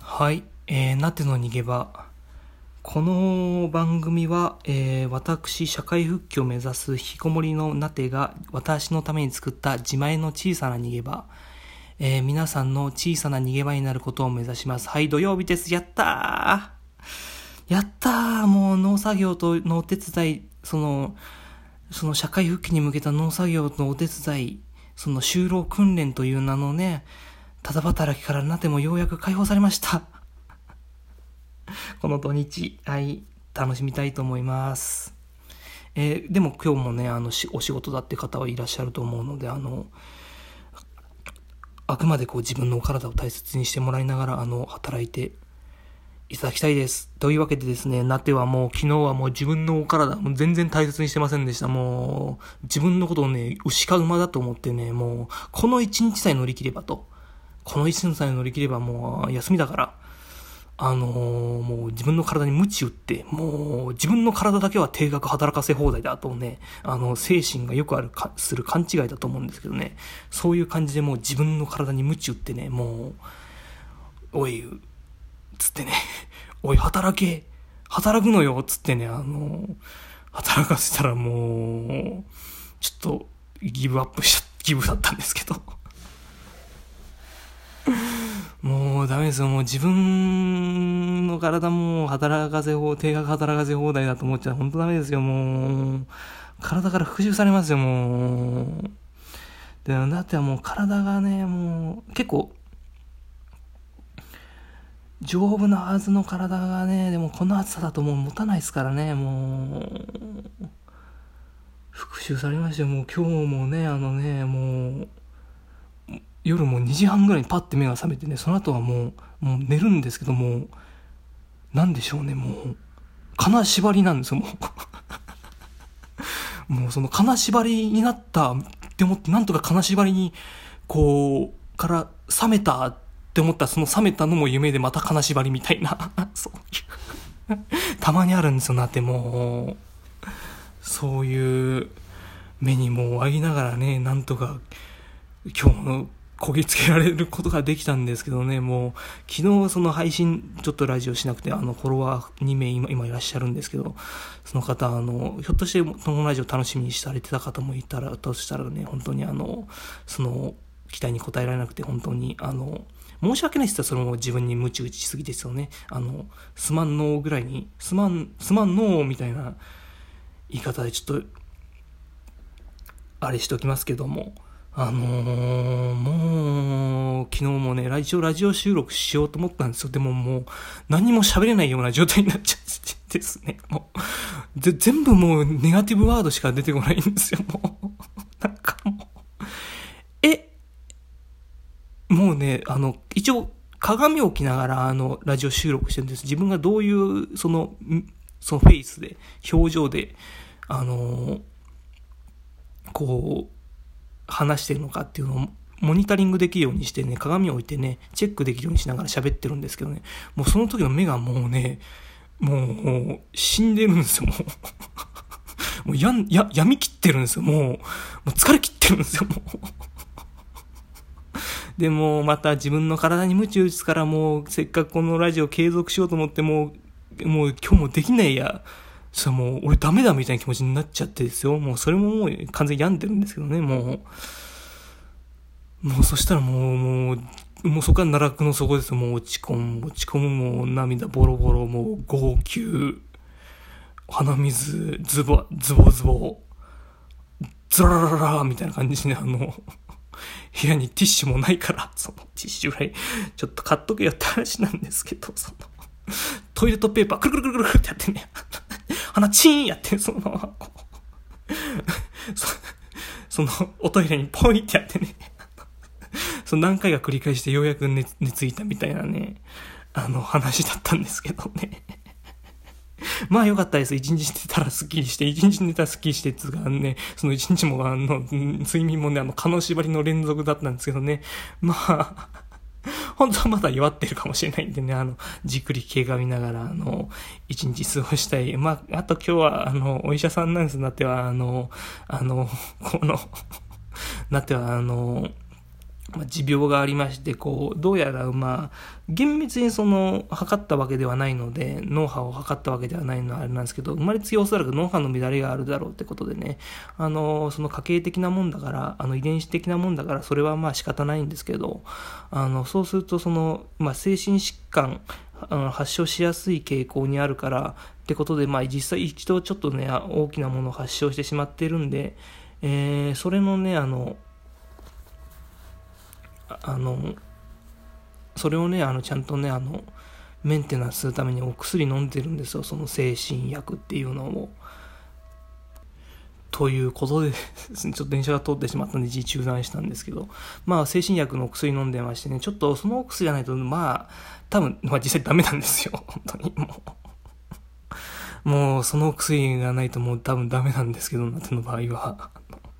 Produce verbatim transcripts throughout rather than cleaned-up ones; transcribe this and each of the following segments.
はい、えー、なての逃げ場。この番組は、えー、私、社会復帰を目指す引きこもりのなてが私のために作った自前の小さな逃げ場、えー、皆さんの小さな逃げ場になることを目指します。はい、土曜日です。やったーやったーもう農作業とのお手伝い、その、その社会復帰に向けた農作業のお手伝い、その就労訓練という名のね、ただ働きからなてもようやく解放されました。この土日、はい、楽しみたいと思います。えー、でも今日もね、あのお仕事だって方はいらっしゃると思うので、あのあくまでこう自分のお体を大切にしてもらいながらあの働いていただきたいです。というわけでですね、なてはもう昨日はもう自分のお体もう全然大切にしてませんでした。もう自分のことをね、牛か馬だと思ってね、もうこの一日さえ乗り切ればと、この一日さえ乗り切ればもう休みだから。あのー、もう自分の体に鞭打って、もう自分の体だけは定額働かせ放題だとね、あの、精神がよくあるか、する勘違いだと思うんですけどね、そういう感じでもう自分の体に鞭打ってね、もう、おい、つってね、おい、働け、働くのよ、つってね、あのー、働かせたらもう、ちょっと、ギブアップしちゃ、ギブだったんですけど。もうダメですよ。もう自分の体も働かせ放題、定額働かせ放題だと思っちゃう。本当ダメですよ。もう体から復讐されますよ。もうでだってもう体がね、もう結構丈夫なはずの体がね、でもこの暑さだともう持たないですからね。もう復讐されましたよ。もう今日もね、あのね、もう夜もにじはんぐらいにパッて目が覚めてね、その後はもう、もう寝るんですけども、なんでしょうね、もう、金縛りなんですよ、もう。もうその金縛りになったって思って、なんとか金縛りに、こう、から覚めたって思ったら、その覚めたのも夢でまた金縛りみたいな、そういう。たまにあるんですよ、なってもう、そういう目にもうありながらね、なんとか、今日の、こぎつけられることができたんですけどね、もう昨日その配信ちょっとラジオしなくて、あのフォロワーにめい 今, 今いらっしゃるんですけど、その方あのひょっとしてこのラジオ楽しみにされてた方もいたらとしたらね、本当にあのその期待に応えられなくて本当にあの申し訳ないですよ。それも自分にムチ打ちしすぎですよね。あのすまんのーぐらいにすまんすまんのーみたいな言い方でちょっとあれしておきますけども、あのー、もう昨日もねラジオラジオ収録しようと思ったんですよ。でももう何も喋れないような状態になっちゃってですね、もうぜ全部もうネガティブワードしか出てこないんですよ。もうなんかもうえもうね、あの一応鏡を置きながらあのラジオ収録してるんです。自分がどういうそのそのフェイスで表情であのー、こう話してるのかっていうのをモニタリングできるようにしてね、鏡を置いてね、チェックできるようにしながら喋ってるんですけどね、もうその時の目がもうね、もう、もう死んでるんですよ、もう。もうやん、や、病み切ってるんですよ、もう。もう疲れ切ってるんですよ、もう。でもまた自分の体に鞭打つから、もうせっかくこのラジオ継続しようと思って、もう、もう今日もできないや。それもう俺ダメだみたいな気持ちになっちゃってですよ。もうそれももう完全に病んでるんですけどね、もう。もうそしたらもう、もう、もうそこから奈落の底ですよ。もう落ち込む、落ち込む、もう涙ボロボロ、もう号泣、鼻水、ズボ、ズボズボ、ズララララみたいな感じで、あの、部屋にティッシュもないから、そのティッシュぐらい、ちょっと買っとけよって話なんですけど、その、トイレットペーパー、くるくるくるくるってやってね、鼻チーンやって、そのままこうそ、そのおトイレにポイってやってねその何回か繰り返してようやく寝、寝ついたみたいなね、あの話だったんですけどねまあよかったです。一日寝たらスッキリして、一日寝たらスッキリしてつがね、その一日もあの睡眠もね、あの蚊の縛りの連続だったんですけどね、まあ本当はまだ弱ってるかもしれないんでね、あの、じっくり経過見ながら、あの、一日過ごしたい。まあ、あと今日は、あの、お医者さんなんです。なっては、あの、あの、この、なっては、あの、 まあ、持病がありまして、こう、どうやら、まあ、厳密にその、測ったわけではないので、脳波を測ったわけではないのはあれなんですけど、生まれつきおそらく脳波の乱れがあるだろうってことでね、あの、その家系的なもんだから、あの、遺伝子的なもんだから、それはまあ仕方ないんですけど、あの、そうすると、その、まあ、精神疾患、あの発症しやすい傾向にあるからってことで、まあ、実際一度ちょっとね、大きなものを発症してしまっているんで、えー、それのね、あの、あのそれをねあのちゃんとねあのメンテナンスするためにお薬飲んでるんですよ、その精神薬っていうのを。ということでちょっと電車が通ってしまったんで一時中断したんですけど、まあ精神薬のお薬飲んでましてね、ちょっとそのお薬じゃないとまあ多分、まあ、実際ダメなんですよ本当にもうもうそのお薬がないともう多分ダメなんですけど、夏の場合は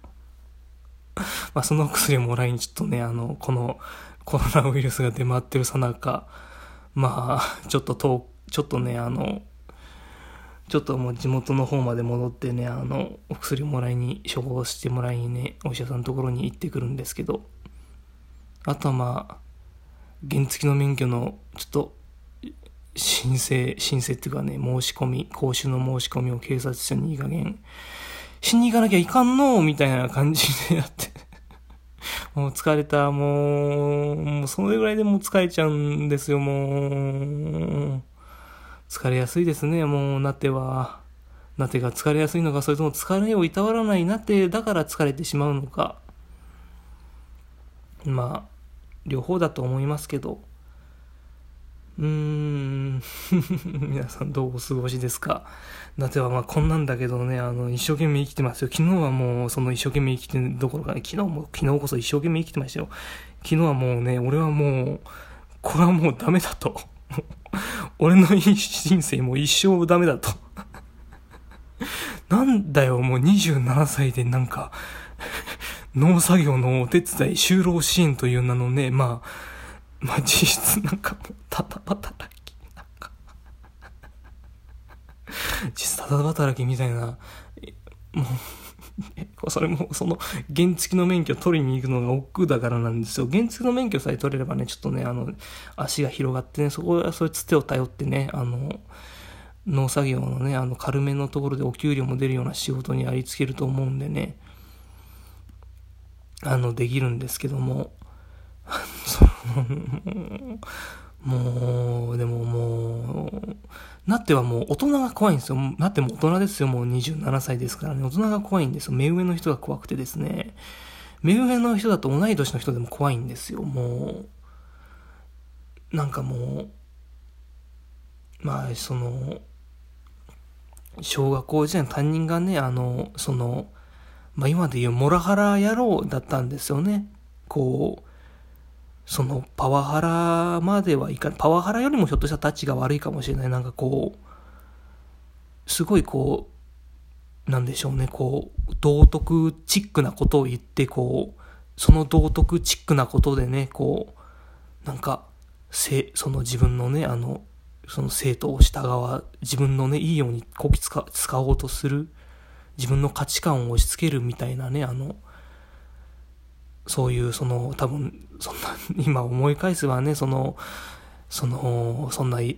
まあそのお薬をもらいにちょっとねあのこのコロナウイルスが出回ってるさなか、まあちょっと遠ちょっとねあのちょっともう地元の方まで戻ってねあのお薬をもらいに処方してもらいにねお医者さんのところに行ってくるんですけど、あとはまあ原付の免許のちょっと申請申請っていうかね申し込み講習の申し込みを警察署にいい加減しに行かなきゃいかんのみたいな感じでやってもう疲れた、もう、もうそれぐらいでもう疲れちゃうんですよ、もう。疲れやすいですね、もう、なっては。なってが疲れやすいのか、それとも疲れをいたわらないなって、だから疲れてしまうのか。まあ、両方だと思いますけど。うーん皆さんどうお過ごしですか。だってはまあこんなんだけどね、あの一生懸命生きてますよ。昨日はもうその一生懸命生きてるどころかね、昨日も昨日こそ一生懸命生きてましたよ。昨日はもうね、俺はもうこれはもうダメだと俺の人生もう一生ダメだとなんだよ、もうにじゅうななさいでなんか農作業のお手伝い就労支援という名のね、まあまあ実質なんかもうただ働きなんか実質ただ働きみたいな、もうそれもその原付の免許取りに行くのが億劫だからなんですよ。原付の免許さえ取れればねちょっとねあの足が広がってね、そこはそういうつてを頼ってねあの農作業のねあの軽めのところでお給料も出るような仕事にありつけると思うんでねあのできるんですけどももうでももうなってはもう大人が怖いんですよ。なっても大人ですよ。もうにじゅうななさいですからね。大人が怖いんですよ。目上の人が怖くてですね、目上の人だと同い年の人でも怖いんですよ。もうなんかもうまあその小学校時代の担任がねあのそのまあ今でいうモラハラ野郎だったんですよね。こうそのパワハラまではいかない、パワハラよりもひょっとしたらタッチが悪いかもしれない。なんかこうすごいこうなんでしょうね、こう道徳チックなことを言って、こうその道徳チックなことでねこうなんかせその自分のねあのその生徒を従わ自分のねいいようにこき使使おうとする、自分の価値観を押し付けるみたいなねあのそういうその多分そんな今思い返せばねそのそのそんな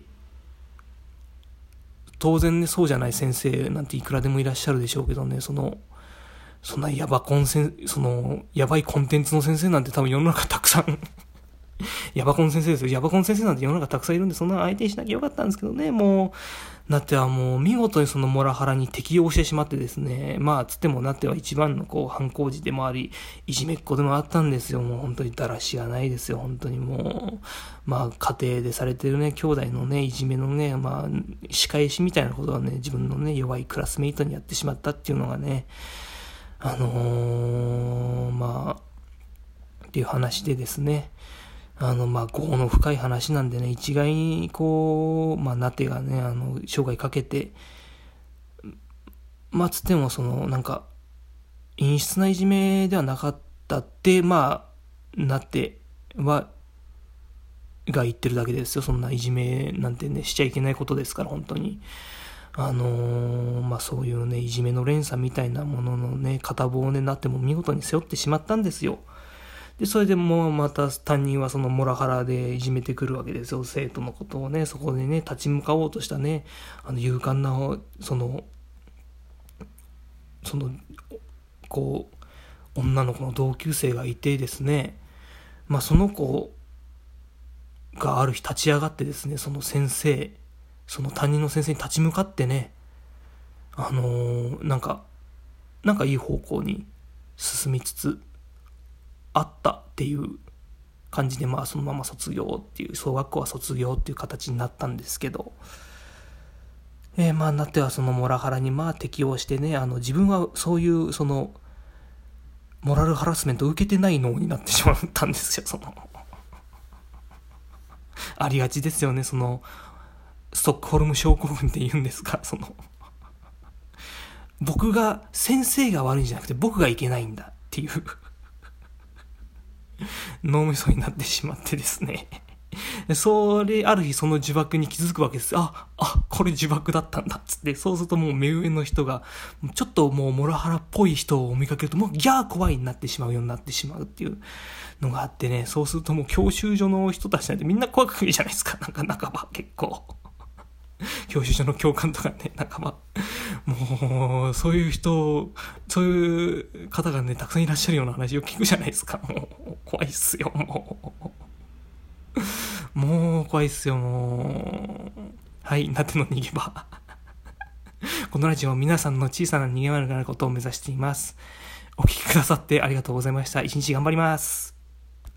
当然ねそうじゃない先生なんていくらでもいらっしゃるでしょうけどね、そのそんなヤバコンセンそのヤバいコンテンツの先生なんて多分世の中たくさんヤバコン先生ですよ。ヤバコン先生なんて世の中たくさんいるんで、そんな相手にしなきゃよかったんですけどね、もう、なってはもう見事にそのモラハラに適応してしまってですね、まあつってもなっては一番のこう反抗時でもあり、いじめっ子でもあったんですよ。もう本当にだらしがないですよ、本当にもう。まあ家庭でされてるね、兄弟のね、いじめのね、まあ仕返しみたいなことはね、自分のね、弱いクラスメイトにやってしまったっていうのがね、あのー、まあ、っていう話でですね、あの、まあ、業の深い話なんでね、一概に、こう、まあ、なてがね、あの、生涯かけて、まあ、つっても、その、なんか、陰湿ないじめではなかったって、まあ、なっては、が言ってるだけですよ。そんないじめなんてね、しちゃいけないことですから、本当に。あのー、まあ、そういうね、いじめの連鎖みたいなもののね、片棒になっても見事に背負ってしまったんですよ。 で、それでもうまた担任はそのモラハラでいじめてくるわけですよ、生徒のことをね。そこでね、立ち向かおうとしたね、あの勇敢な、その、その、こう、女の子の同級生がいてですね、まあその子がある日立ち上がってですね、その先生、その担任の先生に立ち向かってね、あのー、なんか、なんかいい方向に進みつつあったっていう感じで、まあそのまま卒業っていう、小学校は卒業っていう形になったんですけど、えー、まあなってはそのモラハラにまあ適応してね、あの自分はそういうそのモラルハラスメントを受けてない脳になってしまったんですよ。そのありがちですよね、そのストックホルム症候群って言うんですか、その僕が先生が悪いんじゃなくて僕がいけないんだっていう脳みそになってしまってですね、それある日その呪縛に気づくわけです。あ、あ、これ呪縛だったんだっつって、そうするともう目上の人がちょっともうモラハラっぽい人を見かけるともうギャー怖いになってしまうようになってしまうっていうのがあってね、そうするともう教習所の人たちなんてみんな怖く見るじゃないですか、なんか半ば結構教習所の教官とかね、半ばもうそういう人、そういう方がねたくさんいらっしゃるような話を聞くじゃないですか。もう怖いっすよ、もうもう怖いっすよ、もう。はい、なっての逃げ場このラジオは皆さんの小さな逃げ場になることを目指しています。お聞きくださってありがとうございました。一日頑張ります。